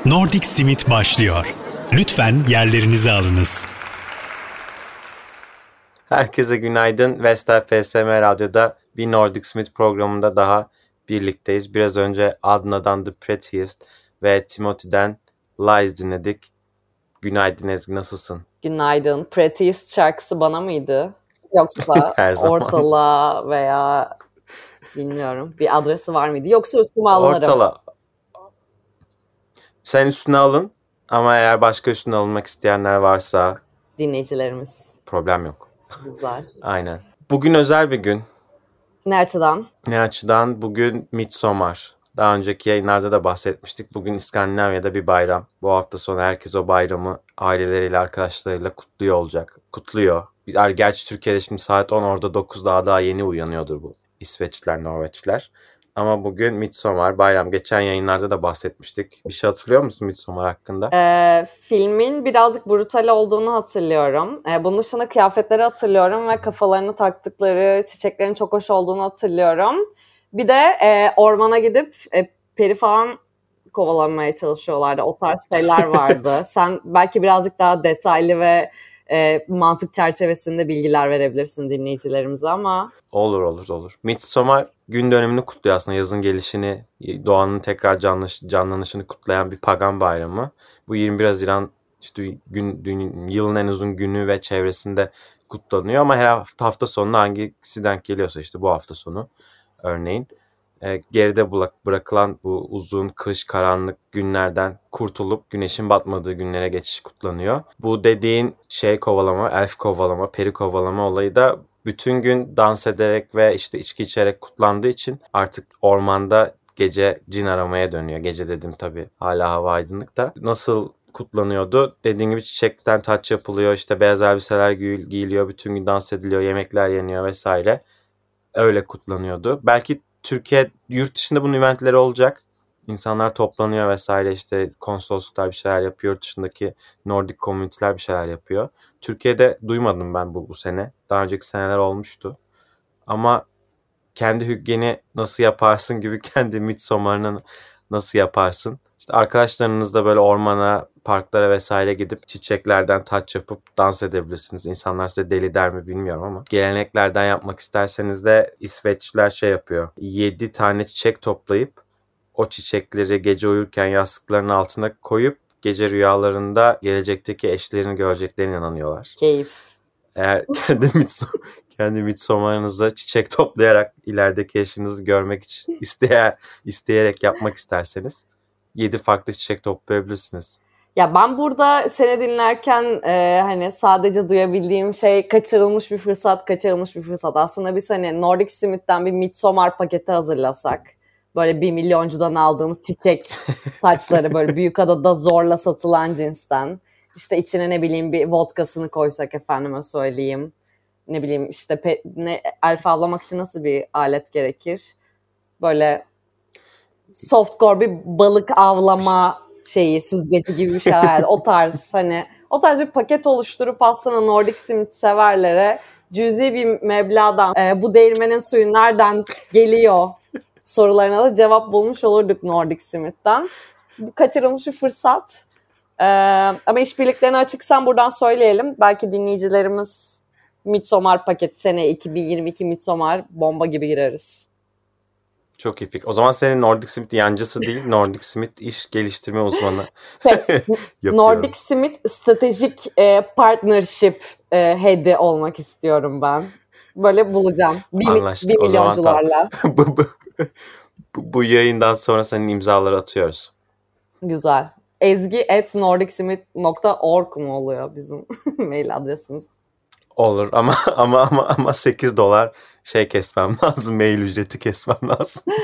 Nordic Simit başlıyor. Lütfen yerlerinizi alınız. Herkese günaydın. Vestel FSM Radyo'da bir Nordic Simit programında daha birlikteyiz. Biraz önce Adna'dan The Prettiest ve Timothy'den Lies dinledik. Günaydın Ezgi, nasılsın? Günaydın. Prettiest şarkısı bana mıydı? Yoksa Her zaman. ortala veya bilmiyorum bir adresi var mıydı? Yoksa üstüme alınırım. Ortala. Sen üstüne alın ama eğer başka üstüne alınmak isteyenler varsa Dinleyicilerimiz. problem yok. Güzel. Aynen. Bugün özel bir gün. Ne açıdan? Ne açıdan? Bugün Midsommar. Daha önceki yayınlarda da bahsetmiştik. Bugün İskandinavya'da bir bayram. Bu hafta sonu herkes o bayramı aileleriyle, arkadaşlarıyla kutluyor olacak. Kutluyor. Gerçi Türkiye'de şimdi saat 10, orada 9, daha yeni uyanıyordur bu İsveçliler, Norveçliler. Ama bugün Midsommar bayram. Geçen yayınlarda da bahsetmiştik. Bir şey hatırlıyor musun Midsommar hakkında? Filmin birazcık brutal olduğunu hatırlıyorum. Bunun dışında kıyafetleri hatırlıyorum ve kafalarını taktıkları çiçeklerin çok hoş olduğunu hatırlıyorum. Bir de ormana gidip peri falan kovalamaya çalışıyorlardı. O tarz şeyler vardı. Sen belki birazcık daha detaylı ve mantık çerçevesinde bilgiler verebilirsin dinleyicilerimize ama. Olur. Midsommar gün dönümünü kutluyor aslında. Yazın gelişini, doğanın tekrar canlanışını kutlayan bir pagan bayramı. Bu 21 Haziran işte yılın en uzun günü ve çevresinde kutlanıyor. Ama her hafta sonuna hangisi denk geliyorsa, işte bu hafta sonu örneğin geride bırakılan bu uzun kış karanlık günlerden kurtulup güneşin batmadığı günlere geçiş kutlanıyor. Bu dediğin kovalama, elf kovalama, peri kovalama olayı da bütün gün dans ederek ve işte içki içerek kutlandığı için artık ormanda gece cin aramaya dönüyor. Gece dedim tabii, hala hava aydınlık da. Nasıl kutlanıyordu? Dediğim gibi çiçekten taç yapılıyor, işte beyaz elbiseler giyiliyor, bütün gün dans ediliyor, yemekler yeniyor vesaire. Öyle kutlanıyordu. Belki Türkiye, yurt dışında bunun eventleri olacak. İnsanlar toplanıyor vesaire, işte konsolosluklar bir şeyler yapıyor. Yurt dışındaki Nordic community'ler bir şeyler yapıyor. Türkiye'de duymadım ben bu sene. Daha önceki seneler olmuştu. Ama kendi hüggeni nasıl yaparsın gibi kendi Midsommar'ını nasıl yaparsın? İşte arkadaşlarınızla böyle ormana, parklara vesaire gidip çiçeklerden taç yapıp dans edebilirsiniz. İnsanlar size deli der mi bilmiyorum ama geleneklerden yapmak isterseniz de İsveçliler yapıyor. 7 tane çiçek toplayıp o çiçekleri gece uyurken yastıklarının altına koyup gece rüyalarında gelecekteki eşlerini göreceklerine inanıyorlar. Keyif. Eğer kendi Midsommar'ınıza çiçek toplayarak ilerideki eşinizi görmek için isteyerek yapmak isterseniz 7 farklı çiçek toplayabilirsiniz. Ya ben burada seni dinlerken hani sadece duyabildiğim şey kaçırılmış bir fırsat. Aslında biz hani Nordic Simit'ten bir Midsommar paketi hazırlasak. Böyle 1 milyoncudan aldığımız çiçek saçları böyle Büyükada'da zorla satılan cinsten. İşte içine ne bileyim bir vodkasını koysak, efendime söyleyeyim. Ne bileyim işte elf avlamak için nasıl bir alet gerekir? Böyle softcore bir balık avlama süzgeci gibi bir şeyler. O tarz bir paket oluşturup aslında Nordic Simit severlere cüzi bir meblağdan bu değirmenin suyu nereden geliyor sorularına da cevap bulmuş olurduk Nordic Simit'ten. Bu kaçırılmış bir fırsat. Ama işbirliklerine açıksan buradan söyleyelim. Belki dinleyicilerimiz Midsommar paketi, sene 2022 Midsommar bomba gibi gireriz. Çok iyi fikir. O zaman senin Nordic Simit yancısı değil, Nordic Simit iş geliştirme uzmanı Nordic Simit stratejik partnership head'i olmak istiyorum ben. Böyle bulacağım. Anlaştık. Bir milyoncularla. Bu yayından sonra senin imzaları atıyoruz. Güzel. ezgi@nordicsimit.org mu oluyor bizim mail adresimiz? Olur ama $8 kesmem lazım. Mail ücreti kesmem lazım.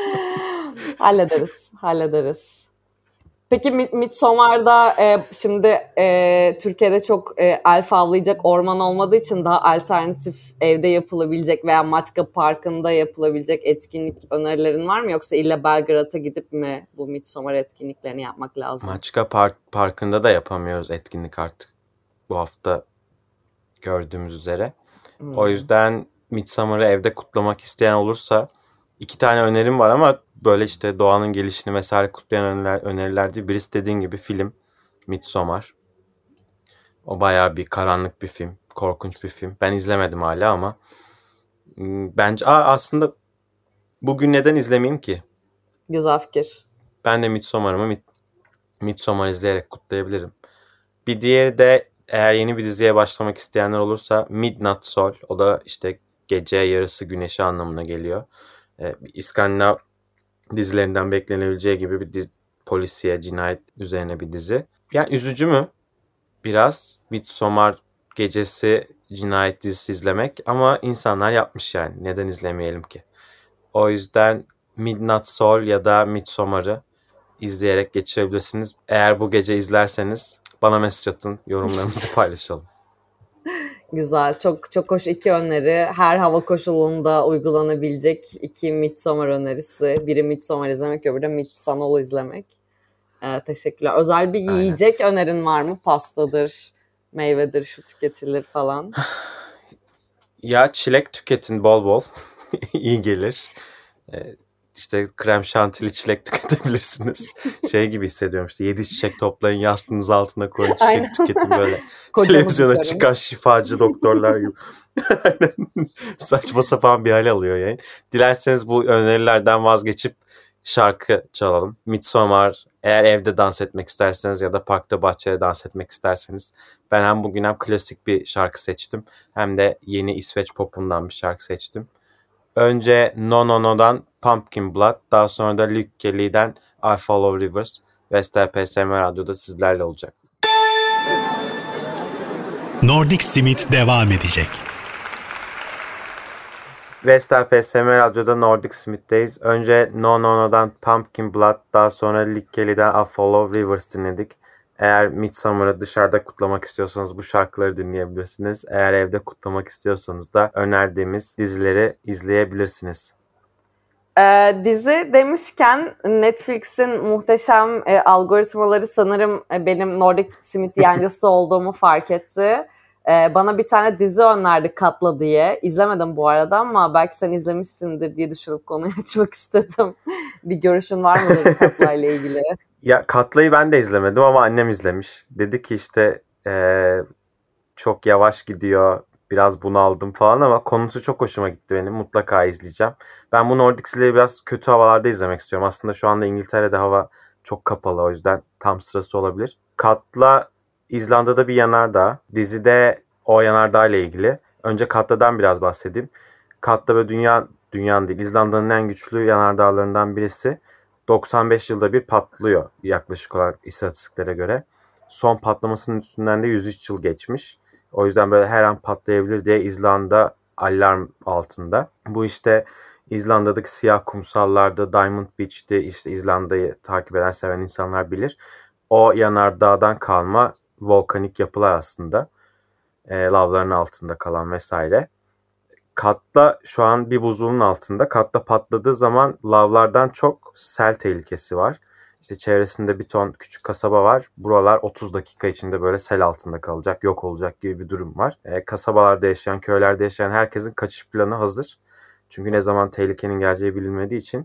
Hallederiz. Peki Midsommar'da şimdi Türkiye'de çok elf avlayacak orman olmadığı için daha alternatif evde yapılabilecek veya Maçka Parkı'nda yapılabilecek etkinlik önerilerin var mı? Yoksa illa Belgrad'a gidip mi bu Midsommar etkinliklerini yapmak lazım? Maçka Parkı'nda da yapamıyoruz etkinlik artık. Bu hafta gördüğümüz üzere. O yüzden Midsommar'ı evde kutlamak isteyen olursa 2 tane önerim var ama böyle işte doğanın gelişini vesaire kutlayan öneriler değil. Birisi dediğin gibi film Midsommar. O bayağı bir karanlık bir film. Korkunç bir film. Ben izlemedim hala ama bence aslında bugün neden izlemeyeyim ki? Güzel fikir. Ben de Midsommar izleyerek kutlayabilirim. Bir diğeri de eğer yeni bir diziye başlamak isteyenler olursa Midnight Soul. O da işte gece yarısı güneşi anlamına geliyor. İskandinav dizilerinden beklenebileceği gibi bir polisiye cinayet üzerine bir dizi. Yani üzücü mü? Biraz Midsommar gecesi cinayet dizisi izlemek ama insanlar yapmış yani. Neden izlemeyelim ki? O yüzden Midnight Soul ya da Midsommar'ı izleyerek geçirebilirsiniz. Eğer bu gece izlerseniz bana mesaj atın, yorumlarımızı paylaşalım. Güzel. Çok çok hoş 2 öneri. Her hava koşulunda uygulanabilecek 2 Midsommar önerisi. Biri Midsommar izlemek, öbürü de Midsommar izlemek. Teşekkürler. Özel bir yiyecek önerin var mı? Pastadır, meyvedir, şu tüketilir falan. Ya çilek tüketin bol bol. İyi gelir. İşte krem şantili çilek tüketebilirsiniz. Şey gibi hissediyorum işte 7 çiçek toplayın yastığınız altına koyun çiçek Aynen. tüketin böyle. Kocamız Televizyona diyorum. çıkan şifacı doktorlar gibi. Saçma sapan bir hal alıyor yani. Dilerseniz bu önerilerden vazgeçip şarkı çalalım. Midsommar, eğer evde dans etmek isterseniz ya da parkta bahçede dans etmek isterseniz ben hem bugün hem klasik bir şarkı seçtim hem de yeni İsveç popundan bir şarkı seçtim. Önce No No No'dan Pumpkin Blood, daha sonra da Luke Kelly'den I Follow Rivers. Vestel PSM Radyo'da sizlerle olacak. Nordic Simit devam edecek. Vestel PSM Radyo'da Nordic Smith'teyiz. Önce No No No'dan Pumpkin Blood, daha sonra Luke Kelly'den I Follow Rivers dinledik. Eğer Midsommar'ı dışarıda kutlamak istiyorsanız bu şarkıları dinleyebilirsiniz. Eğer evde kutlamak istiyorsanız da önerdiğimiz dizileri izleyebilirsiniz. Dizi demişken Netflix'in muhteşem algoritmaları sanırım benim Nordic Simit yancısı olduğumu fark etti. Bana bir tane dizi önerdi Katla diye. İzlemedim bu arada ama belki sen izlemişsindir diye düşünüp konuyu açmak istedim. Bir görüşün var mıdır Katla ile ilgili? Ya Katla'yı ben de izlemedim ama annem izlemiş. Dedi ki işte çok yavaş gidiyor, biraz bunaldım falan ama konusu çok hoşuma gitti benim. Mutlaka izleyeceğim. Ben bu Nordics'leri biraz kötü havalarda izlemek istiyorum. Aslında şu anda İngiltere'de hava çok kapalı, o yüzden tam sırası olabilir. Katla İzlanda'da bir yanardağ. Dizide o yanardağ ile ilgili. Önce Katla'dan biraz bahsedeyim. Katla böyle dünyanın değil, İzlanda'nın en güçlü yanardağlarından birisi. 95 yılda bir patlıyor yaklaşık olarak istatistiklere göre. Son patlamasının üstünden de 103 yıl geçmiş. O yüzden böyle her an patlayabilir diye İzlanda alarm altında. Bu işte İzlanda'daki siyah kumsallarda Diamond Beach'te işte İzlanda'yı takip eden seven insanlar bilir. O yanardağdan kalma volkanik yapılar aslında. Lavların altında kalan vesaire. Katla şu an bir buzulun altında. Katla patladığı zaman lavlardan çok sel tehlikesi var. İşte çevresinde bir ton küçük kasaba var. Buralar 30 dakika içinde böyle sel altında kalacak, yok olacak gibi bir durum var. Kasabalarda yaşayan, köylerde yaşayan herkesin kaçış planı hazır. Çünkü ne zaman tehlikenin geleceği bilinmediği için.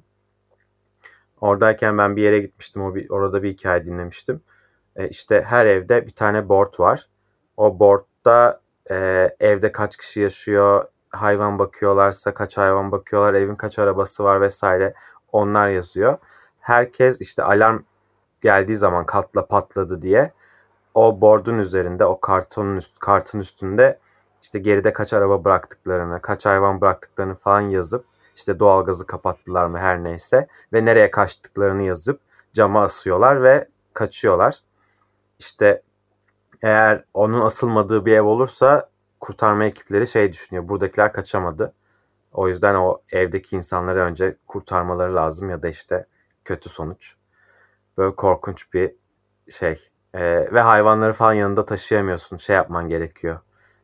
Oradayken ben bir yere gitmiştim. Orada bir hikaye dinlemiştim. İşte her evde bir tane board var. O boardda evde kaç kişi yaşıyor, hayvan bakıyorlarsa kaç hayvan bakıyorlar, evin kaç arabası var vesaire, onlar yazıyor. Herkes işte alarm geldiği zaman Katla patladı diye o board'un üzerinde, o kartın üstünde işte geride kaç araba bıraktıklarını, kaç hayvan bıraktıklarını falan yazıp işte doğalgazı kapattılar mı her neyse ve nereye kaçtıklarını yazıp cama asıyorlar ve kaçıyorlar. İşte eğer onun asılmadığı bir ev olursa kurtarma ekipleri şey düşünüyor. Buradakiler kaçamadı. O yüzden o evdeki insanları önce kurtarmaları lazım ya da işte kötü sonuç. Böyle korkunç bir şey. Ve hayvanları falan yanında taşıyamıyorsun. Şey yapman gerekiyor.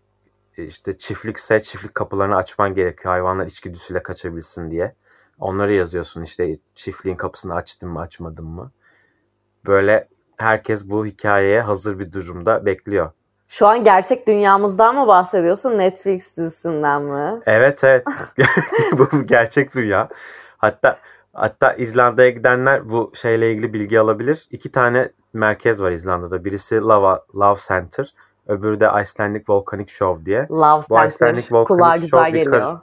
İşte çiftlikse çiftlik kapılarını açman gerekiyor. Hayvanlar içgüdüsüyle kaçabilsin diye. Onları yazıyorsun işte çiftliğin kapısını açtın mı açmadın mı. Böyle herkes bu hikayeye hazır bir durumda bekliyor. Şu an gerçek dünyamızdan mı bahsediyorsun, Netflix dizisinden mi? Evet. Bu gerçek dünya. Hatta İzlanda'ya gidenler bu şeyle ilgili bilgi alabilir. 2 tane merkez var İzlanda'da. Birisi Love Center, öbürü de Icelandic Volcanic Show diye. Love Bu Icelandic Center. Kulağa Volcanic güzel Show geliyor.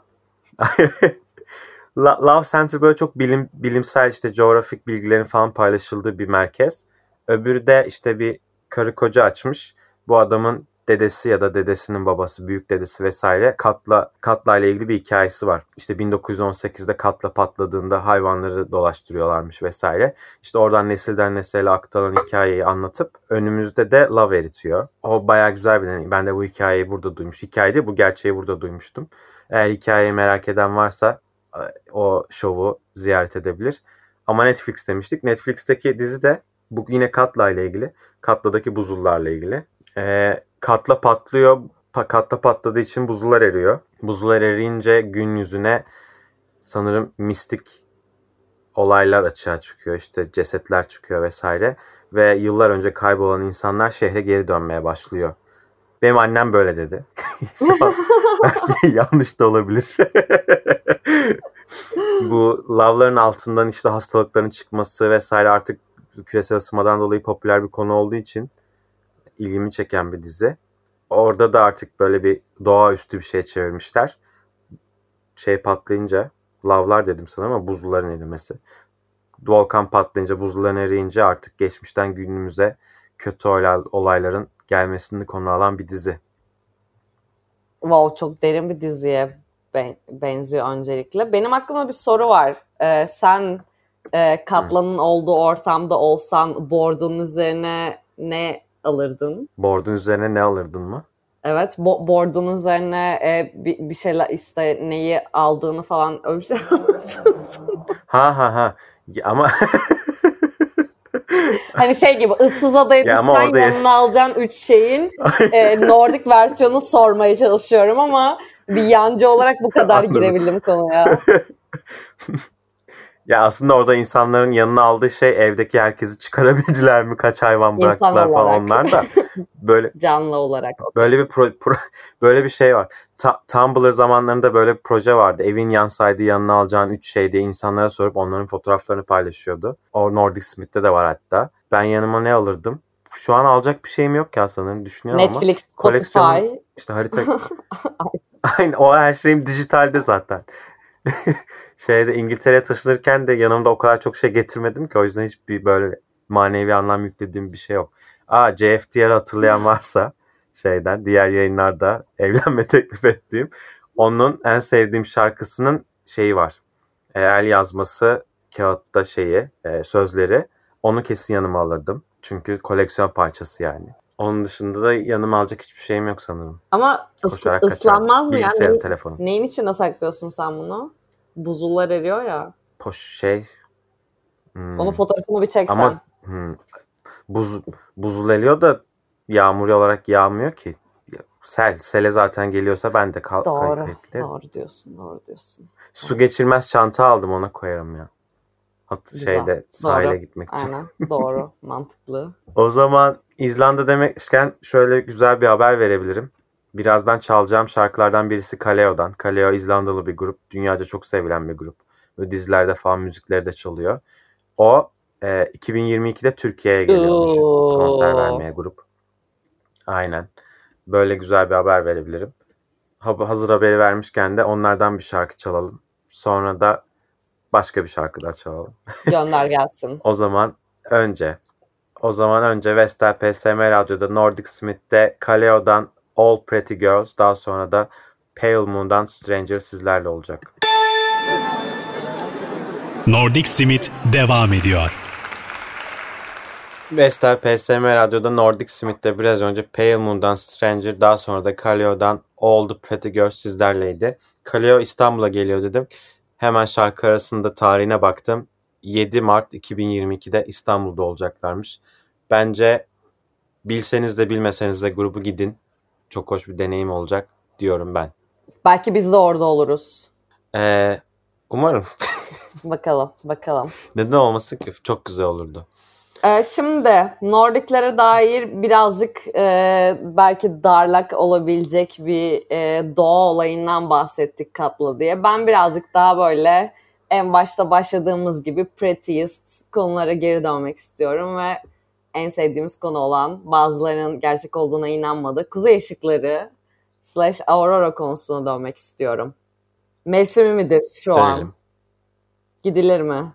Love Center böyle çok bilimsel işte coğrafik bilgilerin falan paylaşıldığı bir merkez. Öbürü de işte bir karı koca açmış. Bu adamın dedesi ya da dedesinin babası, büyük dedesi vesaire Katla ile ilgili bir hikayesi var. İşte 1918'de Katla patladığında hayvanları dolaştırıyorlarmış vesaire. İşte oradan nesilden nesile aktarılan hikayeyi anlatıp önümüzde de lav eritiyor. O bayağı güzel bir deneyim. Ben de bu hikayeyi burada duymuştum. Hikaye değil, bu gerçeği burada duymuştum. Eğer hikayeyi merak eden varsa o şovu ziyaret edebilir. Ama Netflix demiştik. Netflix'teki dizi de bu yine Katla ile ilgili. Katla'daki buzullarla ilgili. Katla patlıyor. Katla patladığı için buzullar eriyor. Buzullar eriyince gün yüzüne sanırım mistik olaylar açığa çıkıyor. İşte cesetler çıkıyor vesaire. Ve yıllar önce kaybolan insanlar şehre geri dönmeye başlıyor. Benim annem böyle dedi. Şu an belki yanlış da olabilir. Bu lavların altından işte hastalıkların çıkması vesaire artık küresel ısınmadan dolayı popüler bir konu olduğu için ilgimi çeken bir dizi. Orada da artık böyle bir doğaüstü bir şey çevirmişler. Şey patlayınca, lavlar dedim sana ama buzulların erimesi. Volkan patlayınca, buzulların eriyince artık geçmişten günümüze kötü olayların gelmesini konu alan bir dizi. Wow, çok derin bir diziye benziyor öncelikle. Benim aklımda bir soru var. Sen Katla'nın olduğu ortamda olsan board'un üzerine ne alırdın? Board'un üzerine ne alırdın mı? Evet, board'un üzerine bir şeyler işte neyi aldığını falan öyle bir şey alırdın. Ha. Ama hani şey gibi ıssız adaya düşsen yanına alacağın 3 şeyin Nordik versiyonu sormaya çalışıyorum ama bir yancı olarak bu kadar girebildim konuya. Ya aslında orada insanların yanına aldığı şey evdeki herkesi çıkarabildiler mi? Kaç hayvan bıraktılar falan onlar da. Böyle canlı olarak. Böyle bir böyle bir şey var. Tumblr zamanlarında böyle bir proje vardı. Evin yansaydı yanına alacağın 3 şey diye insanlara sorup onların fotoğraflarını paylaşıyordu. O Nordic Smith'te de var hatta. Ben yanıma ne alırdım? Şu an alacak bir şeyim yok ya sanırım düşünüyorum Netflix, ama. Spotify. İşte harita. Aynen, o her şeyim dijitalde zaten. İngiltere'ye taşınırken de yanımda o kadar çok şey getirmedim ki o yüzden hiçbir böyle manevi anlam yüklediğim bir şey yok. CFTR'ı hatırlayan varsa diğer yayınlarda evlenme teklif ettiğim onun en sevdiğim şarkısının şeyi var. El yazması kağıtta sözleri, onu kesin yanıma alırdım. Çünkü koleksiyon parçası yani. Onun dışında da yanıma alacak hiçbir şeyim yok sanırım. Ama ıslanmaz mı yani? Telefonum. Neyin içinde saklıyorsun sen bunu? Buzullar eriyor ya. Onun fotoğrafını bir çeksen. Ama buzul eriyor da yağmur olarak yağmıyor ki. Sele zaten geliyorsa ben de Doğru diyorsun. Su geçirmez çanta aldım, ona koyarım ya. Sahile doğru. Gitmek için. Aynen, doğru, mantıklı. O zaman İzlanda demişken şöyle güzel bir haber verebilirim. Birazdan çalacağım şarkılardan birisi Kaleo'dan. Kaleo İzlandalı bir grup. Dünyaca çok sevilen bir grup. Böyle dizilerde falan müzikleri de çalıyor. O 2022'de Türkiye'ye geliyormuş konser vermeye grup. Aynen. Böyle güzel bir haber verebilirim. Hazır haberi vermişken de onlardan bir şarkı çalalım. Sonra da başka bir şarkı da çalalım. Gönder gelsin. O zaman önce Vestel PSM Radyo'da Nordic Smith'te Kaleo'dan All Pretty Girls, daha sonra da Pale Moon'dan Stranger sizlerle olacak. Nordic Smith devam ediyor. Vestel PSM Radyo'da Nordic Smith'te biraz önce Pale Moon'dan Stranger, daha sonra da Kaleo'dan All the Pretty Girls sizlerleydi. Kaleo İstanbul'a geliyor dedim. Hemen şarkı arasında tarihine baktım. 7 Mart 2022'de İstanbul'da olacaklarmış. Bence bilseniz de bilmeseniz de grubu gidin. Çok hoş bir deneyim olacak diyorum ben. Belki biz de orada oluruz. Umarım. Bakalım. Neden olmasın ki? Çok güzel olurdu. Şimdi Nordiklere dair birazcık belki darlak olabilecek bir doğa olayından bahsettik Katla diye. Ben birazcık daha böyle en başta başladığımız gibi prettiest konulara geri dönmek istiyorum ve en sevdiğimiz konu olan, bazılarının gerçek olduğuna inanmadığı kuzey ışıkları / aurora konusuna dönmek istiyorum. Mevsimi midir şu an? Dönelim. Gidilir mi?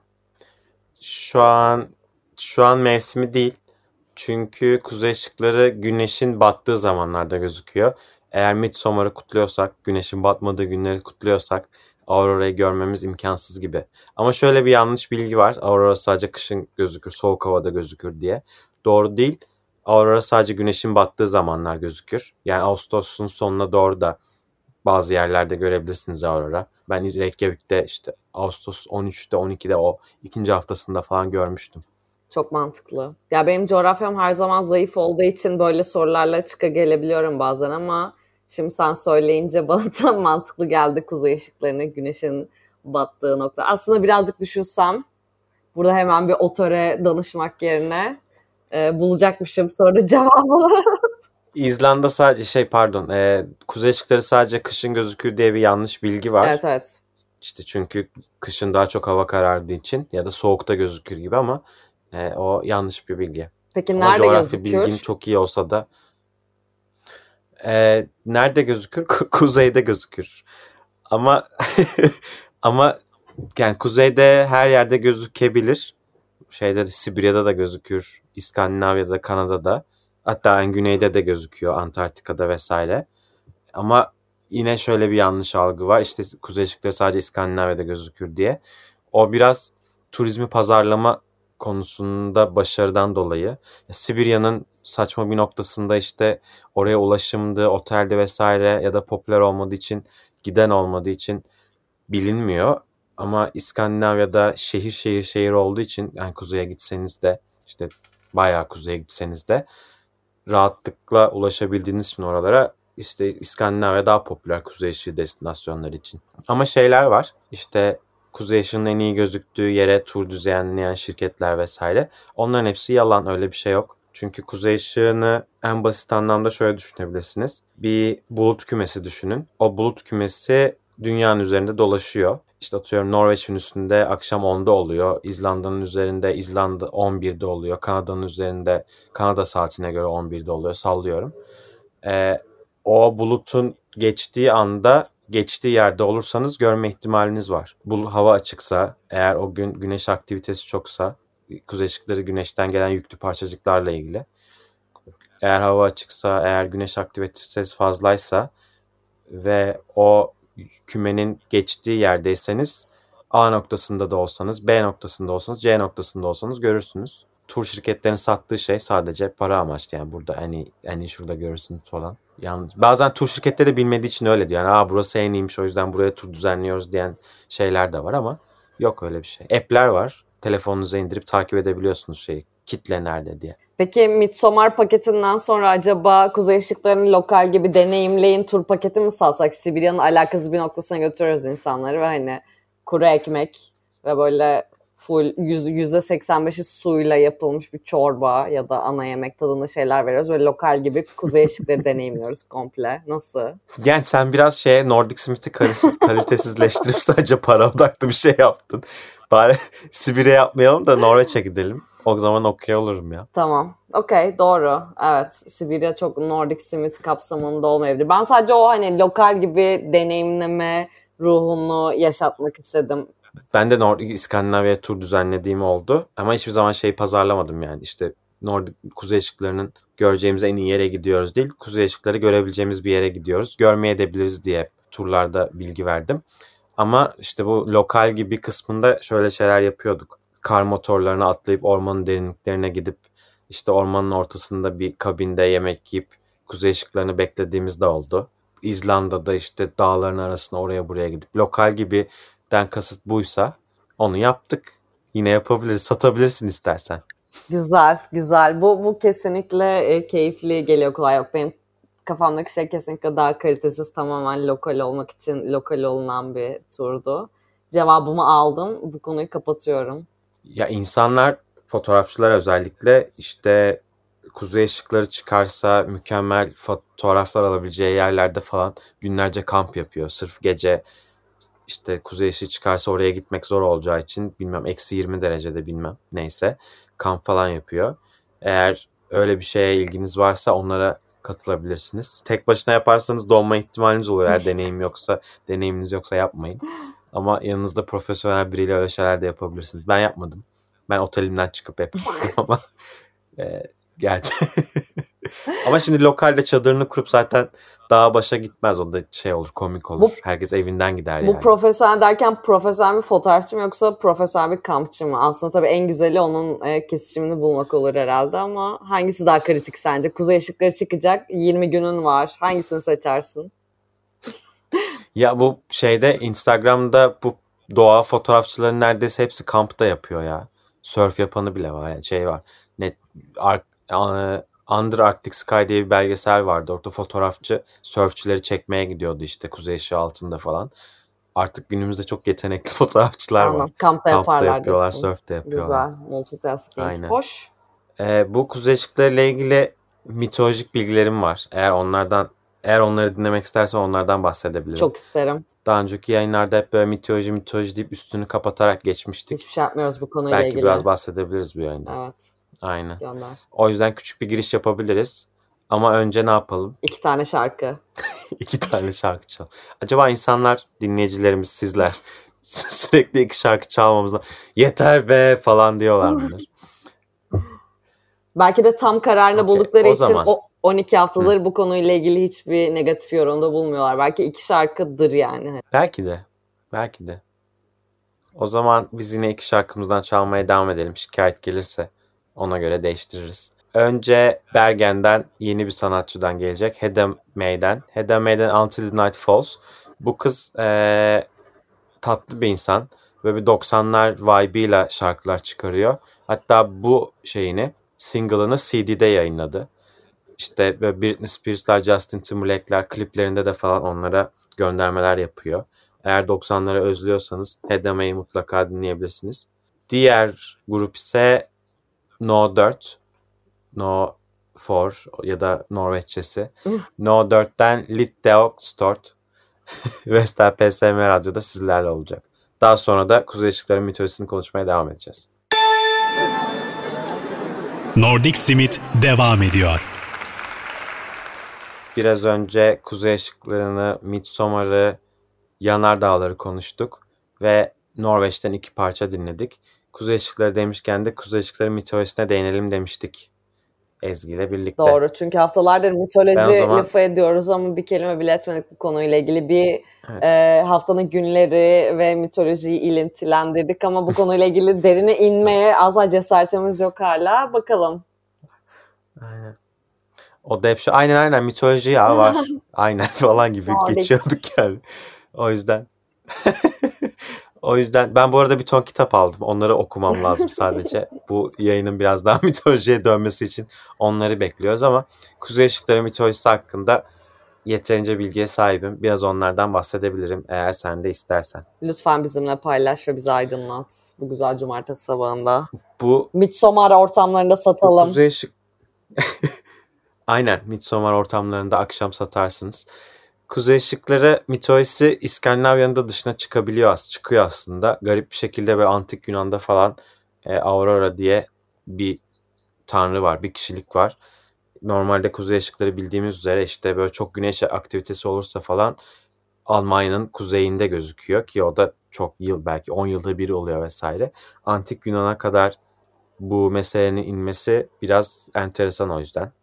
Şu an mevsimi değil. Çünkü kuzey ışıkları güneşin battığı zamanlarda gözüküyor. Eğer Midsommar'ı kutluyorsak, güneşin batmadığı günleri kutluyorsak Aurora'yı görmemiz imkansız gibi. Ama şöyle bir yanlış bilgi var. Aurora sadece kışın gözükür, soğuk havada gözükür diye. Doğru değil. Aurora sadece güneşin battığı zamanlar gözükür. Yani Ağustos'un sonuna doğru da bazı yerlerde görebilirsiniz Aurora. Ben Reykjavik'te işte Ağustos 13'te 12'de o ikinci haftasında falan görmüştüm. Çok mantıklı. Ya benim coğrafyam her zaman zayıf olduğu için böyle sorularla çıka gelebiliyorum bazen ama şimdi sen söyleyince bana da mantıklı geldi kuzey ışıklarını güneşin battığı nokta. Aslında birazcık düşünsem burada hemen bir otöre danışmak yerine bulacakmışım soru cevabı. İzlanda sadece kuzey ışıkları sadece kışın gözükür diye bir yanlış bilgi var. Evet. İşte çünkü kışın daha çok hava karardığı için ya da soğukta gözükür gibi ama o yanlış bir bilgi. Peki Ama nerede coğrafya gözükür? bilgim çok iyi olsa da nerede gözükür? Kuzeyde gözükür. Ama ama yani kuzeyde her yerde gözükebilir. Şeyde de Sibirya'da da gözükür. İskandinavya'da, Kanada'da. Hatta en güneyde de gözüküyor. Antarktika'da vesaire. Ama yine şöyle bir yanlış algı var. İşte kuzey ışıkları sadece İskandinavya'da gözükür diye. O biraz turizmi pazarlama konusunda başarıdan dolayı. Sibirya'nın saçma bir noktasında işte oraya ulaşımdı, otelde vesaire ya da popüler olmadığı için, giden olmadığı için bilinmiyor. Ama İskandinavya'da şehir olduğu için yani kuzeye gitseniz de işte bayağı kuzeye gitseniz de rahatlıkla ulaşabildiğiniz için oralara işte İskandinavya daha popüler kuzey ışığı destinasyonları için. Ama şeyler var işte kuzey ışığının en iyi gözüktüğü yere tur düzenleyen şirketler vesaire. Onların hepsi yalan, öyle bir şey yok. Çünkü kuzey ışığını en basit anlamda şöyle düşünebilirsiniz. Bir bulut kümesi düşünün. O bulut kümesi dünyanın üzerinde dolaşıyor. İşte atıyorum Norveç'in üstünde akşam 10'da oluyor. İzlanda'nın üzerinde İzlanda 11'de oluyor. Kanada'nın üzerinde Kanada saatine göre 11'de oluyor. Sallıyorum. O bulutun geçtiği anda geçtiği yerde olursanız görme ihtimaliniz var. Bu hava açıksa, eğer o gün güneş aktivitesi çoksa, kuzey ışıkları güneşten gelen yüklü parçacıklarla ilgili. Eğer hava açıksa, eğer güneş aktivitesi fazlaysa ve o kümenin geçtiği yerdeyseniz A noktasında da olsanız, B noktasında olsanız, C noktasında olsanız görürsünüz. Tur şirketlerinin sattığı şey sadece para amaçlı. Yani burada en iyi şurada görürsünüz falan. Yani bazen tur şirketleri de bilmediği için öyle diyor. Yani burası en iyiymiş o yüzden buraya tur düzenliyoruz diyen şeyler de var ama yok öyle bir şey. App'ler var. Telefonunuza indirip takip edebiliyorsunuz şeyi. Kitle nerede diye. Peki Midsommar paketinden sonra acaba kuzey ışıklarını lokal gibi deneyimleyin tur paketi mi salsak? Sibirya'nın alakasız bir noktasına götürüyoruz insanları ve hani kuru ekmek ve böyle full %85'i suyla yapılmış bir çorba ya da ana yemek tadında şeyler veriyoruz ve lokal gibi kuzey ışıkları deneyimliyoruz komple. Nasıl? Yani sen biraz Nordic Smith'i kalitesizleştirip sadece para odaklı bir şey yaptın. Bari Sibirya yapmayalım da Norveç'e gidelim. O zaman okey olurum ya. Tamam. Okey, doğru. Evet. Sibirya çok Nordic Smith kapsamında olmayabilir. Ben sadece o hani lokal gibi deneyimleme ruhunu yaşatmak istedim. Ben de İskandinavya'ya tur düzenlediğim oldu. Ama hiçbir zaman pazarlamadım yani. İşte kuzey ışıklarının göreceğimiz en iyi yere gidiyoruz değil. Kuzey ışıkları görebileceğimiz bir yere gidiyoruz. Görmeyebiliriz diye turlarda bilgi verdim. Ama işte bu lokal gibi kısmında şöyle şeyler yapıyorduk. Kar motorlarına atlayıp ormanın derinliklerine gidip işte ormanın ortasında bir kabinde yemek yiyip kuzey ışıklarını beklediğimiz de oldu. İzlanda'da işte dağların arasına oraya buraya gidip lokal gibiden kasıt buysa onu yaptık. Yine yapabiliriz, satabilirsin istersen. Güzel. Bu kesinlikle keyifli geliyor, kolay yok. Benim kafamdaki şey kesinlikle daha kalitesiz, tamamen lokal olmak için lokal olunan bir turdu. Cevabımı aldım. Bu konuyu kapatıyorum. Ya insanlar, fotoğrafçılar özellikle işte kuzey ışıkları çıkarsa mükemmel fotoğraflar alabileceği yerlerde falan günlerce kamp yapıyor. Sırf gece işte kuzey ışığı çıkarsa oraya gitmek zor olacağı için bilmem -20 derecede bilmem neyse kamp falan yapıyor. Eğer öyle bir şeye ilginiz varsa onlara katılabilirsiniz. Tek başına yaparsanız donma ihtimaliniz olur. Eğer deneyiminiz yoksa yapmayın. Ama yanınızda profesyonel biriyle öyle şeyler de yapabilirsiniz. Ben yapmadım. Ben otelimden çıkıp hep gittim ama gerçi. Ama şimdi lokalde çadırını kurup zaten dağa başa gitmez. O da şey olur, komik olur. Herkes evinden gider yani. Bu profesyonel derken profesyonel bir fotoğrafçı mı yoksa profesyonel bir kampçı mı? Aslında tabii en güzeli onun kesişimini bulmak olur herhalde ama hangisi daha kritik sence? Kuzey ışıkları çıkacak, 20 günün var. Hangisini seçersin? Ya bu şeyde Instagram'da bu doğa fotoğrafçıların neredeyse hepsi kampta yapıyor ya. Surf yapanı bile var. Yani şey var. Under Arctic Sky diye bir belgesel vardı. Orada fotoğrafçı surfçileri çekmeye gidiyordu işte kuzey ışığı altında falan. Artık günümüzde çok yetenekli fotoğrafçılar var. Kampta yapıyorlar, diyorsun. surf'te yapıyorlar. Güzel, multitasking. Aynen. Hoş. Bu kuzey ışıklarıyla ilgili mitolojik bilgilerim var. Eğer onları dinlemek istersen onlardan bahsedebilirim. Çok isterim. Daha önceki yayınlarda hep böyle mitoloji deyip üstünü kapatarak geçmiştik. Hiçbir şey yapmıyoruz bu konuyla ilgili. Belki biraz bahsedebiliriz bu yayında. Evet. Aynen. Gönder. O yüzden küçük bir giriş yapabiliriz. Ama önce ne yapalım? 2 tane şarkı. 2 tane şarkı çal. Acaba insanlar, dinleyicilerimiz, sizler sürekli 2 şarkı çalmamızda yeter be falan diyorlar mıdır? Belki de tam kararını buldukları için zaman. o 12 haftadır bu konuyla ilgili hiçbir negatif yorumda bulmuyorlar. Belki 2 şarkıdır yani. Belki de. O zaman biz yine 2 şarkımızdan çalmaya devam edelim. Şikayet gelirse ona göre değiştiririz. Önce Bergen'den yeni bir sanatçıdan gelecek. Hedda May'den Until the Night Falls. Bu kız tatlı bir insan. Böyle bir 90'lar vibe'ıyla şarkılar çıkarıyor. Hatta bu single'ını CD'de yayınladı. İşte böyle Britney Spears'lar, Justin Timberlake'ler kliplerinde de falan onlara göndermeler yapıyor. Eğer 90'ları özlüyorsanız Hedda May'i mutlaka dinleyebilirsiniz. Diğer grup ise No 4, No 4 ya da Norveççesi. No 4'ten Litt Stort. Vestel PSM Radyo'da sizlerle olacak. Daha sonra da Kuzey Işıkları mitolojisini konuşmaya devam edeceğiz. Nordic Simit devam ediyor. Biraz önce Kuzey Işıkları'nı, Midsommar'ı, Yanardağları konuştuk ve Norveç'ten 2 parça dinledik. Kuzey Işıkları demişken de Kuzey Işıkları mitolojisine değinelim demiştik Ezgi ile birlikte. Doğru, çünkü haftalardır mitoloji lafı ediyoruz ama bir kelime bile etmedik bu konuyla ilgili. Haftanın günleri ve mitolojiyi ilintilendirdik ama bu konuyla ilgili derine inmeye asla cesaretimiz yok hala. Bakalım. Aynen. O da hep şu aynen mitoloji ya var. Aynen falan gibi geçiyorduk yani. O yüzden ben bu arada bir ton kitap aldım. Onları okumam lazım sadece. Bu yayının biraz daha mitolojiye dönmesi için onları bekliyoruz ama Kuzey Işıkları mitolojisi hakkında yeterince bilgiye sahibim. Biraz onlardan bahsedebilirim eğer sen de istersen. Lütfen bizimle paylaş ve bizi aydınlat bu güzel cumartesi sabahında. Bu Midsommar ortamlarında satalım. Bu Kuzey Işık... Aynen, Midsommar ortamlarında akşam satarsınız. Kuzey Işıkları mitolojisi İskandinavya'nın da dışına çıkıyor aslında. Garip bir şekilde böyle antik Yunan'da falan Aurora diye bir tanrı var, bir kişilik var. Normalde Kuzey Işıkları bildiğimiz üzere işte böyle çok güneş aktivitesi olursa falan Almanya'nın kuzeyinde gözüküyor ki o da çok yıl, belki 10 yılda bir oluyor vesaire. Antik Yunan'a kadar bu meselenin inmesi biraz enteresan o yüzden.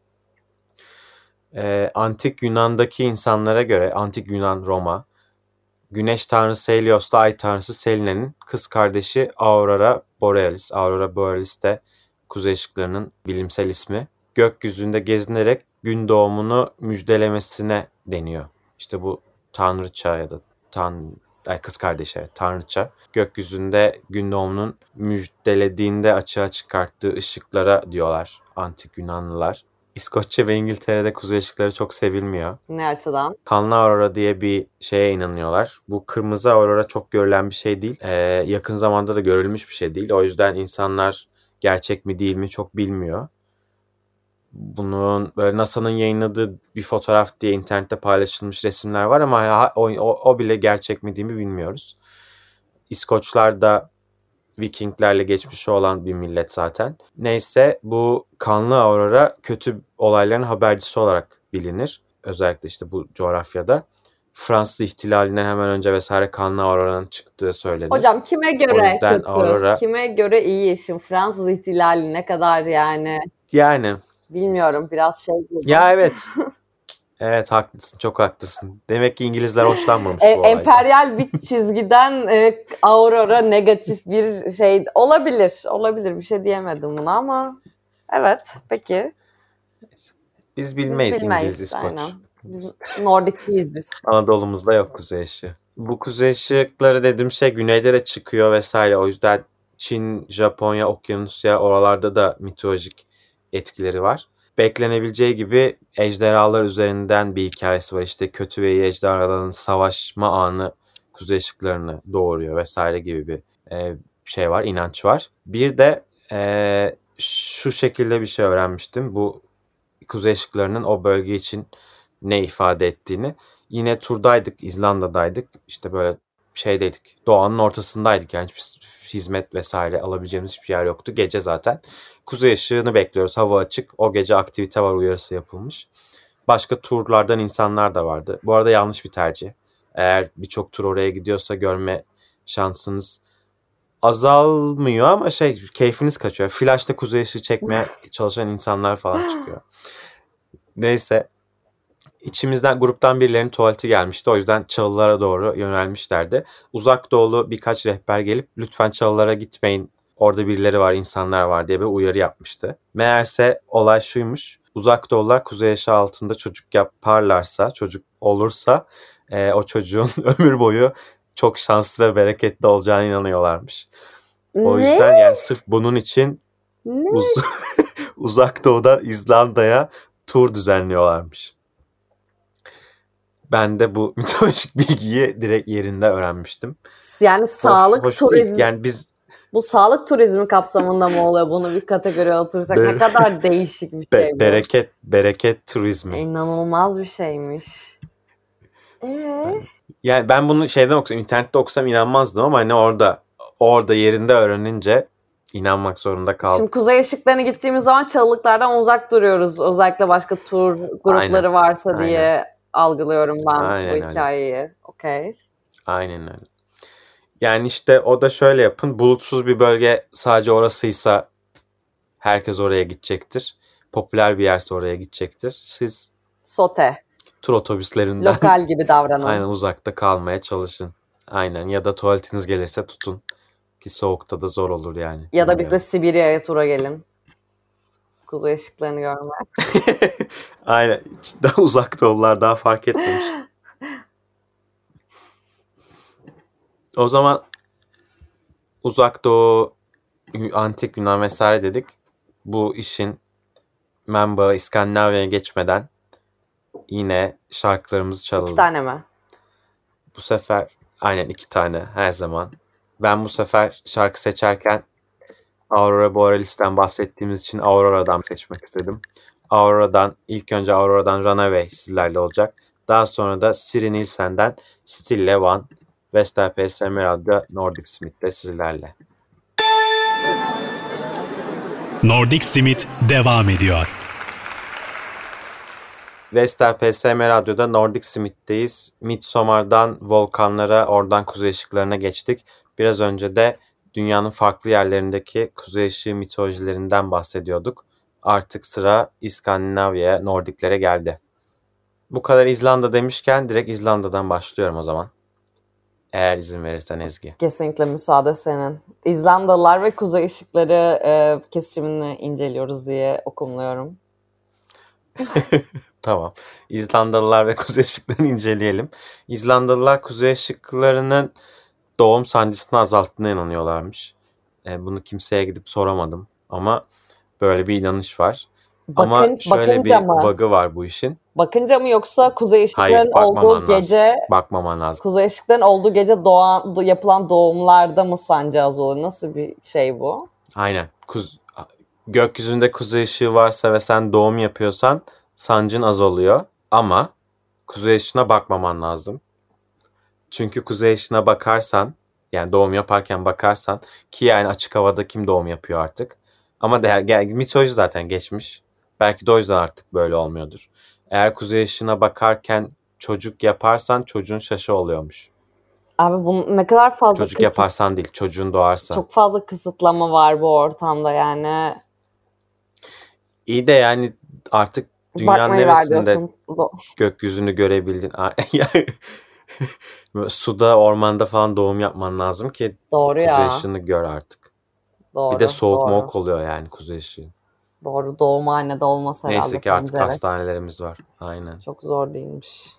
Antik Yunan'daki insanlara göre, Antik Yunan Roma, Güneş tanrısı Helios'la Ay tanrısı Selene'nin kız kardeşi Aurora Borealis. Aurora Borealis de Kuzey Işıkları'nın bilimsel ismi. Gökyüzünde gezinerek gün doğumunu müjdelemesine deniyor. İşte bu tanrıça ya da kız kardeşi tanrıça. Gökyüzünde gün doğumunun müjdelediğinde açığa çıkarttığı ışıklara diyorlar Antik Yunanlılar. İskoçya ve İngiltere'de kuzey ışıkları çok sevilmiyor. Ne açıdan? Kanlı aurora diye bir şeye inanıyorlar. Bu kırmızı aurora çok görülen bir şey değil. Yakın zamanda da görülmüş bir şey değil. O yüzden insanlar gerçek mi değil mi çok bilmiyor. Bunun böyle NASA'nın yayınladığı bir fotoğraf diye internette paylaşılmış resimler var ama o bile gerçek mi değil mi bilmiyoruz. İskoçlar da Vikinglerle geçmişi olan bir millet zaten. Neyse, bu kanlı aurora kötü olayların habercisi olarak bilinir. Özellikle işte bu coğrafyada. Fransız ihtilalinden hemen önce vesaire kanlı auroranın çıktığı söylenir. Hocam kime O göre yüzden kötü? aurora Kime göre iyi? Şimdi Fransız ihtilali ne kadar yani yani bilmiyorum, biraz şey gibi. ya evet. Evet, haklısın, çok haklısın. Demek ki İngilizler hoşlanmamış bu olaydan. Emperyal bir çizgiden aurora negatif bir şey olabilir. Olabilir, bir şey diyemedim buna ama evet, peki. Biz bilmeyiz İngiliz, İskoç. Aynen. Biz Nordikliyiz biz. Anadolu'muzda yok kuzey ışığı. Bu kuzey ışıkları dediğim şey güneyde de çıkıyor vesaire. O yüzden Çin, Japonya, Okyanusya, oralarda da mitolojik etkileri var. Beklenebileceği gibi ejderhalar üzerinden bir hikayesi var. İşte kötü ve iyi ejderhaların savaşma anı kuzey ışıklarını doğuruyor vesaire gibi bir şey var, inanç var. Bir de şu şekilde bir şey öğrenmiştim. Bu kuzey ışıklarının o bölge için ne ifade ettiğini. Yine turdaydık, İzlanda'daydık. İşte böyle şeydeydik, doğanın ortasındaydık. Yani hiçbir hizmet vesaire alabileceğimiz hiçbir yer yoktu. Gece zaten. Kuzey ışığını bekliyoruz. Hava açık. O gece aktivite var uyarısı yapılmış. Başka turlardan insanlar da vardı. Bu arada yanlış bir tercih. Eğer birçok tur oraya gidiyorsa görme şansınız azalmıyor ama keyfiniz kaçıyor. Flash'ta kuzey ışığı çekmeye çalışan insanlar falan çıkıyor. Neyse. İçimizden, gruptan birilerinin tuvaleti gelmişti. O yüzden çalılara doğru yönelmişlerdi. Uzak doğulu birkaç rehber gelip lütfen çalılara gitmeyin, orada birileri var, insanlar var diye bir uyarı yapmıştı. Meğerse olay şuymuş. Uzak doğulular kuzey ışığı altında çocuk yaparlarsa, çocuk olursa o çocuğun ömür boyu çok şanslı ve bereketli olacağına inanıyorlarmış. O yüzden yani sırf bunun için Uzak Doğu'dan İzlanda'ya tur düzenliyorlarmış. Ben de bu mitolojik bilgiyi direkt yerinde öğrenmiştim. Yani sağlık turizmi. Yani biz bu sağlık turizmi kapsamında mı oluyor? Bunu bir kategoriye otursak ne kadar değişik bir şey bu. Bereket turizmi. İnanılmaz bir şeymiş. Yani ben bunu şeyden okusam, internette okusam inanmazdım ama hani orada yerinde öğrenince inanmak zorunda kaldım. Şimdi kuzey ışıklarına gittiğimiz zaman çalılıklardan uzak duruyoruz. Özellikle başka tur grupları varsa diye algılıyorum ben bu hikayeyi. Okey. Aynen öyle. Yani işte o da şöyle yapın. Bulutsuz bir bölge sadece orasıysa herkes oraya gidecektir. Popüler bir yerse oraya gidecektir. Siz tur otobüslerinden lokal gibi davranın. Aynen, uzakta kalmaya çalışın. Aynen, ya da tuvaletiniz gelirse tutun. Ki soğukta da zor olur yani. Ya da biz de Sibirya'ya tura gelin. Kuzey ışıklarını görmeye. Aynen. Daha uzak doğullar daha fark etmemiş. O zaman Uzak Doğu, Antik Yunan vesaire dedik. Bu işin menbaı İskandinavya'ya geçmeden yine şarkılarımızı çalalım. 2 tane mi? Bu sefer aynen 2 tane her zaman. Ben bu sefer şarkı seçerken Aurora Borealis'ten bahsettiğimiz için Aurora'dan seçmek istedim. İlk önce Aurora'dan Runaway sizlerle olacak. Daha sonra da Siri Nielsen'den Still One, Vestel PSM Radyo Nordic Smith'te sizlerle. Nordic Smith devam ediyor. Vestel PSM Radyo'da Nordic Smith'teyiz. Midsommar'dan volkanlara, oradan kuzey ışıklarına geçtik. Biraz önce de dünyanın farklı yerlerindeki kuzey ışığı mitolojilerinden bahsediyorduk. Artık sıra İskandinavya'ya, Nordiklere geldi. Bu kadar İzlanda demişken direkt İzlanda'dan başlıyorum o zaman. Eğer izin verirsen Ezgi. Kesinlikle, müsaade senin. İzlandalılar ve kuzey ışıkları kesişimini inceliyoruz diye okumluyorum. Tamam. İzlandalılar ve kuzey ışıklarını inceleyelim. İzlandalılar kuzey ışıklarının doğum sancısını azalttığına inanıyorlarmış. Bunu kimseye gidip soramadım ama böyle bir inanış var. Ama şöyle bir bug'ı var bu işin. Bakınca mı, yoksa kuzey ışıklarının olduğu gece bakmaman lazım. Kuzey ışıklarının olduğu gece yapılan doğumlarda mı sancı az olur? Nasıl bir şey bu? Aynen. gökyüzünde kuzey ışığı varsa ve sen doğum yapıyorsan sancın az oluyor. Ama kuzey ışığına bakmaman lazım. Çünkü kuzey ışığına bakarsan, yani doğum yaparken bakarsan, ki yani açık havada kim doğum yapıyor artık. Ama mitoloji zaten geçmiş. Belki de o yüzden artık böyle olmuyordur. Eğer kuzey ışığına bakarken çocuk yaparsan çocuğun şaşı oluyormuş. Abi bu ne kadar fazla Çocuk yaparsan değil, çocuğun doğarsa. çok fazla kısıtlama var bu ortamda yani. İyi de yani artık dünyanın Bakmayı ver neresinde diyorsun. gökyüzünü görebildin? Suda, ormanda falan doğum yapman lazım ki Doğru kuzey ya. ışığını gör artık. Doğru. Bir de soğuk doğru. moğuk oluyor yani kuzey ışığı. Doğru. Doğumhanede olmaz herhalde. Neyse ki artık pencere. hastanelerimiz var. Aynen. Çok zor değilmiş.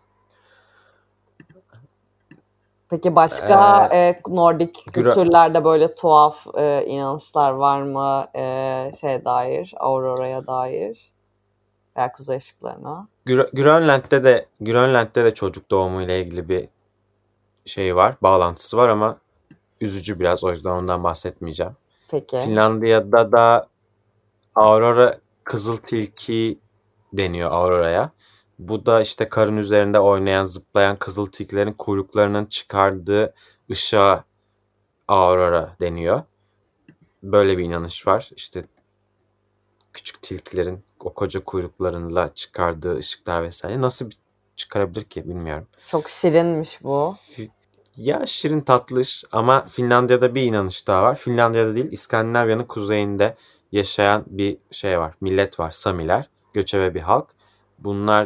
Peki başka Nordik kültürlerde böyle tuhaf inanışlar var mı şeye dair, Aurora'ya dair veya kuzey ışıklarına? Grönland'de de çocuk doğumu ile ilgili bir şey var, bağlantısı var ama üzücü biraz, o yüzden ondan bahsetmeyeceğim. Peki. Finlandiya'da da Aurora kızıl tilki deniyor Aurora'ya. Bu da işte karın üzerinde oynayan, zıplayan kızıl tilkilerin kuyruklarının çıkardığı ışığa Aurora deniyor. Böyle bir inanış var. İşte küçük tilkilerin o koca kuyruklarıyla çıkardığı ışıklar vesaire. Nasıl çıkarabilir ki bilmiyorum. Çok şirinmiş bu. Ya şirin tatlış ama Finlandiya'da bir inanış daha var. Finlandiya'da değil, İskandinavya'nın kuzeyinde yaşayan bir şey var. Millet var, Samiler. Göçebe bir halk. Bunlar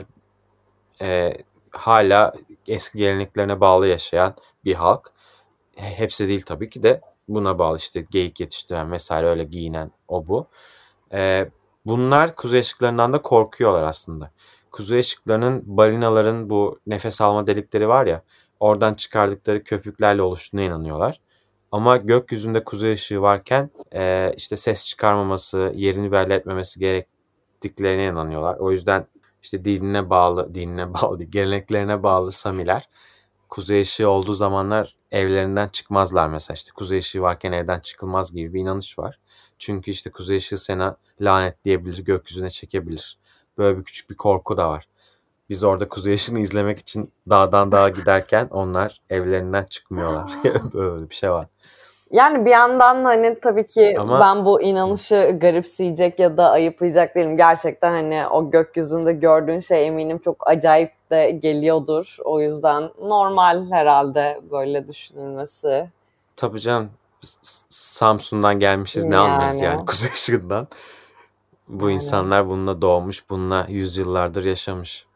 hala eski geleneklerine bağlı yaşayan bir halk. Hepsi değil tabii ki de buna bağlı, işte geyik yetiştiren vesaire, öyle giyinen o bu. Bunlar kuzey ışıklarından da korkuyorlar aslında. Kuzey ışıklarının balinaların bu nefes alma delikleri var ya, oradan çıkardıkları köpüklerle oluştuğuna inanıyorlar. Ama gökyüzünde kuzey ışığı varken işte ses çıkarmaması, yerini belli etmemesi gerektiklerine inanıyorlar. O yüzden işte dinine bağlı, geleneklerine bağlı Samiler kuzey ışığı olduğu zamanlar evlerinden çıkmazlar mesela. İşte kuzey ışığı varken evden çıkılmaz gibi bir inanış var. Çünkü işte kuzey ışığı sana lanetleyebilir, gökyüzüne çekebilir. Böyle bir küçük bir korku da var. Biz orada kuzey ışığını izlemek için dağdan dağa giderken onlar evlerinden çıkmıyorlar. Böyle bir şey var. Yani bir yandan hani tabii ki Ama ben bu inanışı garipseyecek ya da ayıplayacak değilim. Gerçekten hani o gökyüzünde gördüğün şey eminim çok acayip de geliyordur. O yüzden normal herhalde böyle düşünülmesi. tabii canım, Samsun'dan gelmişiz, ne anlarız yani kuzey ışığından. Bu insanlar bununla doğmuş, bununla yüzyıllardır yaşamış.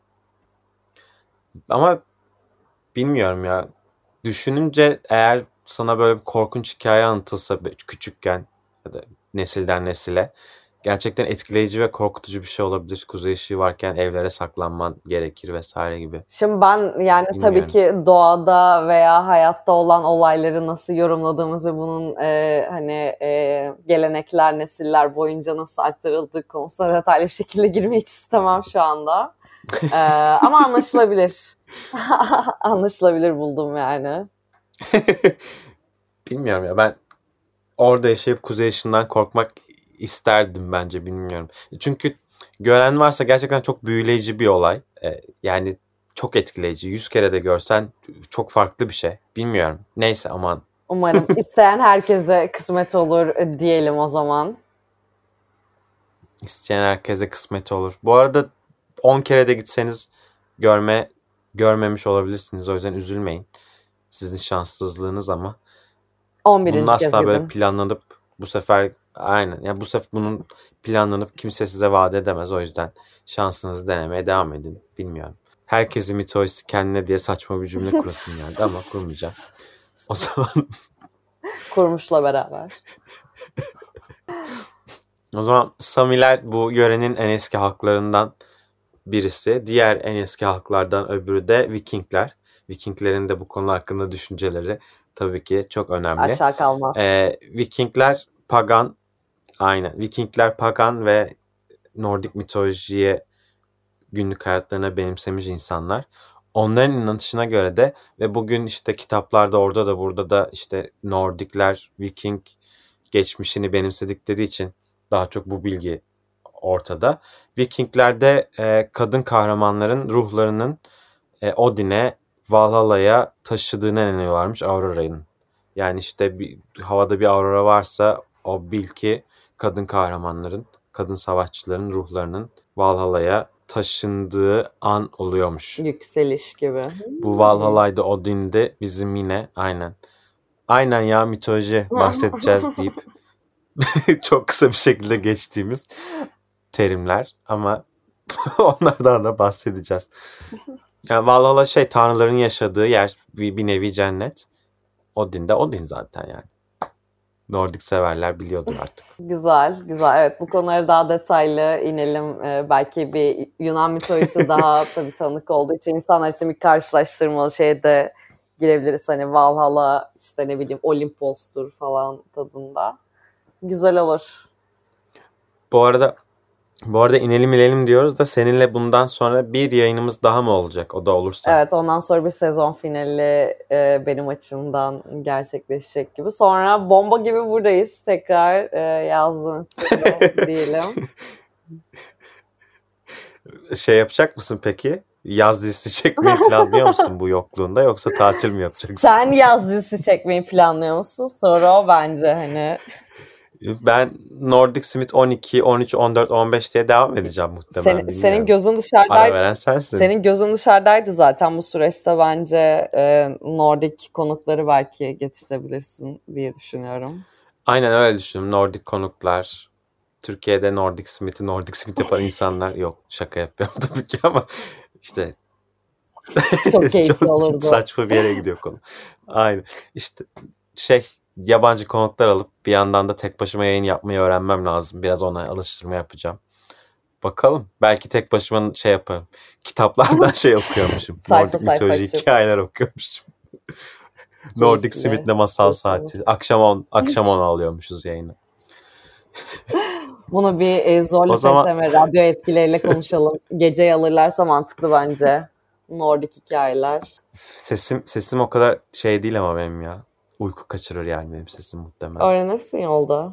Ama bilmiyorum ya. Düşününce eğer sana böyle bir korkunç hikaye anlatılsa küçükken ya da nesilden nesile, gerçekten etkileyici ve korkutucu bir şey olabilir. Kuzey ışığı varken evlere saklanman gerekir vesaire gibi. Şimdi ben yani tabii ki doğada veya hayatta olan olayları nasıl yorumladığımızı, bunun hani gelenekler, nesiller boyunca nasıl aktarıldığı konusuna detaylı bir şekilde girmeyi hiç istemem şu anda. Ama anlaşılabilir. Anlaşılabilir buldum yani. Bilmiyorum ya, ben orada yaşayıp kuzey ışığından korkmak isterdim bence, bilmiyorum. Çünkü gören varsa gerçekten çok büyüleyici bir olay. Yani çok etkileyici. 100 kere de görsen çok farklı bir şey. Bilmiyorum. Neyse, aman. Umarım isteyen herkese kısmet olur diyelim o zaman. İsteyen herkese kısmet olur. Bu arada 10 kere de gitseniz görmemiş olabilirsiniz. O yüzden üzülmeyin. Sizin şanssızlığınız ama 11. bunun kez asla böyle gidin. planlanıp bu sefer aynen. Yani bu sefer bunun planlanıp kimse size vaat edemez. O yüzden şansınızı denemeye devam edin. Bilmiyorum. Herkesin mitolojisi kendine diye saçma bir cümle kurasım geldi ama kurmayacağım. O zaman Kurmuşla beraber. o zaman Samiler bu yörenin en eski halklarından birisi. Diğer en eski halklardan öbürü de Vikingler. Vikinglerin de bu konu hakkında düşünceleri tabii ki çok önemli. Aşağı kalmaz. Vikingler pagan, aynen. Vikingler pagan ve Nordik mitolojiye günlük hayatlarına benimsemiş insanlar. Onların inanışına göre de ve bugün işte kitaplarda orada da burada da işte Nordikler Viking geçmişini benimsedikleri için Daha çok bu bilgi ortada. Vikinglerde kadın kahramanların ruhlarının Odin'e, Valhalla'ya taşıdığına inanıyorlarmış Aurora'nın. Yani işte havada bir aurora varsa o bil ki kadın kahramanların, kadın savaşçıların ruhlarının Valhalla'ya taşındığı an oluyormuş. Yükseliş gibi. Bu Valhalla'ydı, Odin'di, bizim yine aynen. Aynen ya, mitoloji bahsedeceğiz deyip çok kısa bir şekilde geçtiğimiz terimler ama onlardan da bahsedeceğiz. Yani Valhalla tanrıların yaşadığı yer, bir nevi cennet. Odin de Odin zaten yani. Nordik severler biliyordur artık. Güzel. Evet, bu konulara daha detaylı inelim. Belki bir Yunan mitolojisi daha tabii tanık olduğu için insanlar için bir karşılaştırmalı de girebiliriz. Hani Valhalla, işte ne bileyim Olimpos'tur falan tadında. Güzel olur. Bu arada inelim diyoruz da seninle bundan sonra bir yayınımız daha mı olacak? O da olursa. Evet, ondan sonra bir sezon finali benim açımdan gerçekleşecek gibi. Sonra bomba gibi buradayız. Tekrar yazdığın diyelim. Yapacak mısın peki? Yaz dizisi çekmeyi planlıyor musun bu yokluğunda, yoksa tatil mi yapacaksın? Sen yaz dizisi çekmeyi planlıyor musun? Soru o bence hani. Ben Nordic Smith 12, 13, 14, 15 diye devam edeceğim muhtemelen. Senin gözün dışarıdaydı. Ara veren sensin. Senin gözün dışarıdaydı zaten bu süreçte, bence Nordic konukları belki getirebilirsin diye düşünüyorum. Aynen öyle düşünüyorum. Nordic konuklar. Türkiye'de Nordic Smith yapan insanlar yok. Şaka yapıyorum tabii ki ama işte çok keyifli olurdu. Saçma bir yere gidiyor konu. Aynen. İşte yabancı konuklar alıp bir yandan da tek başıma yayın yapmayı öğrenmem lazım. Biraz ona alıştırma yapacağım. Bakalım. Belki tek başıma yaparım. Kitaplardan okuyormuşum. Nordic mitoloji hikayeler okuyormuşum. Nordic Smith'le masal saati. Akşam 10 alıyormuşuz yayını. Bunu bir zorlu PSM radyo etkileriyle konuşalım. Gece alırlarsa mantıklı bence. Nordic hikayeler. Sesim o kadar değil ama benim ya. Uyku kaçırır yani benim sesim muhtemelen. Öğrenirsin yolda.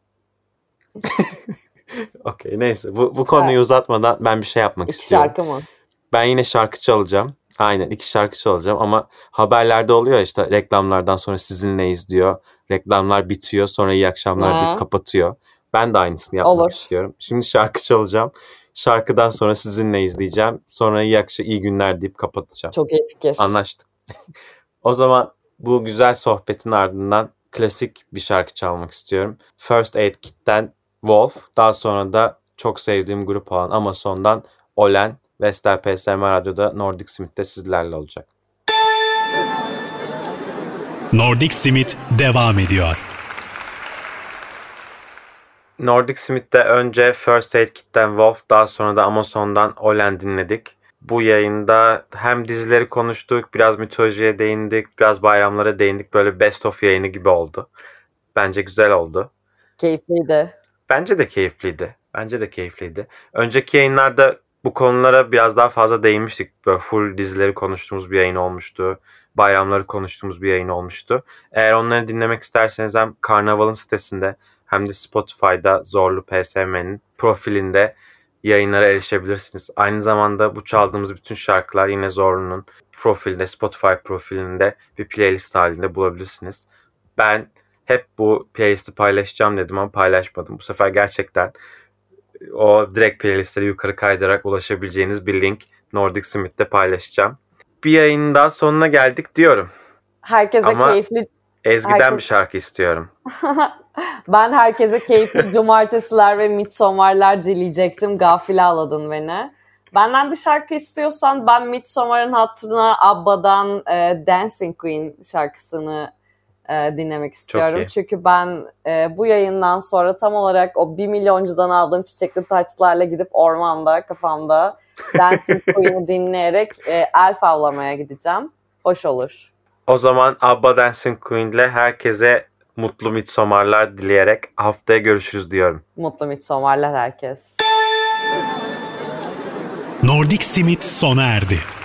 Okey, neyse. Bu konuyu uzatmadan ben bir yapmak istiyorum. 2 şarkı mı? Ben yine şarkı çalacağım. Aynen 2 şarkı çalacağım ama haberlerde oluyor işte, reklamlardan sonra sizinleyiz diyor. Reklamlar bitiyor, sonra iyi akşamlar deyip kapatıyor. Ben de aynısını yapmak istiyorum. Şimdi şarkı çalacağım. Şarkıdan sonra sizinle izleyeceğim. Sonra iyi günler deyip kapatacağım. Çok iyi fikir. Anlaştık. O zaman bu güzel sohbetin ardından klasik bir şarkı çalmak istiyorum. First Aid Kit'ten Wolf. Daha sonra da çok sevdiğim grup olan Amazon'dan Olen. Vestel PSM Radyo'da Nordic Smith'te sizlerle olacak. Nordic Smith devam ediyor. Nordic Smith'te önce First Aid Kit'ten Wolf, daha sonra da Amazon'dan Olen dinledik. Bu yayında hem dizileri konuştuk, biraz mitolojiye değindik, biraz bayramlara değindik. Böyle best of yayını gibi oldu. Bence güzel oldu. Keyifliydi. Bence de keyifliydi. Önceki yayınlarda bu konulara biraz daha fazla değinmiştik. Böyle full dizileri konuştuğumuz bir yayın olmuştu. Bayramları konuştuğumuz bir yayın olmuştu. Eğer onları dinlemek isterseniz hem Karnaval'ın sitesinde hem de Spotify'da Zorlu PSM'nin profilinde yayınlara erişebilirsiniz. Aynı zamanda bu çaldığımız bütün şarkılar yine Zorlu'nun profilinde, Spotify profilinde bir playlist halinde bulabilirsiniz. Ben hep bu playlisti paylaşacağım dedim ama paylaşmadım. Bu sefer gerçekten o direkt playlistleri yukarı kaydırarak ulaşabileceğiniz bir link Nordic Smith'te paylaşacağım. Bir yayının daha sonuna geldik diyorum. Herkese ama keyifli... Ezgi'den bir şarkı istiyorum. Ben herkese keyifli cumartesiler ve midsommarlar dileyecektim. Gafile ağladın beni. Benden bir şarkı istiyorsan ben Midsommar'ın hatırına Abba'dan Dancing Queen şarkısını dinlemek istiyorum. Çünkü ben bu yayından sonra tam olarak o 1 milyoncudan aldığım çiçekli taçlarla gidip ormanda kafamda Dancing Queen'i dinleyerek elf avlamaya gideceğim. Hoş olur. O zaman Abba Dancing Queen'le herkese mutlu midsommarlar dileyerek haftaya görüşürüz diyorum. Mutlu midsommarlar herkes. Nordic Smith sona erdi.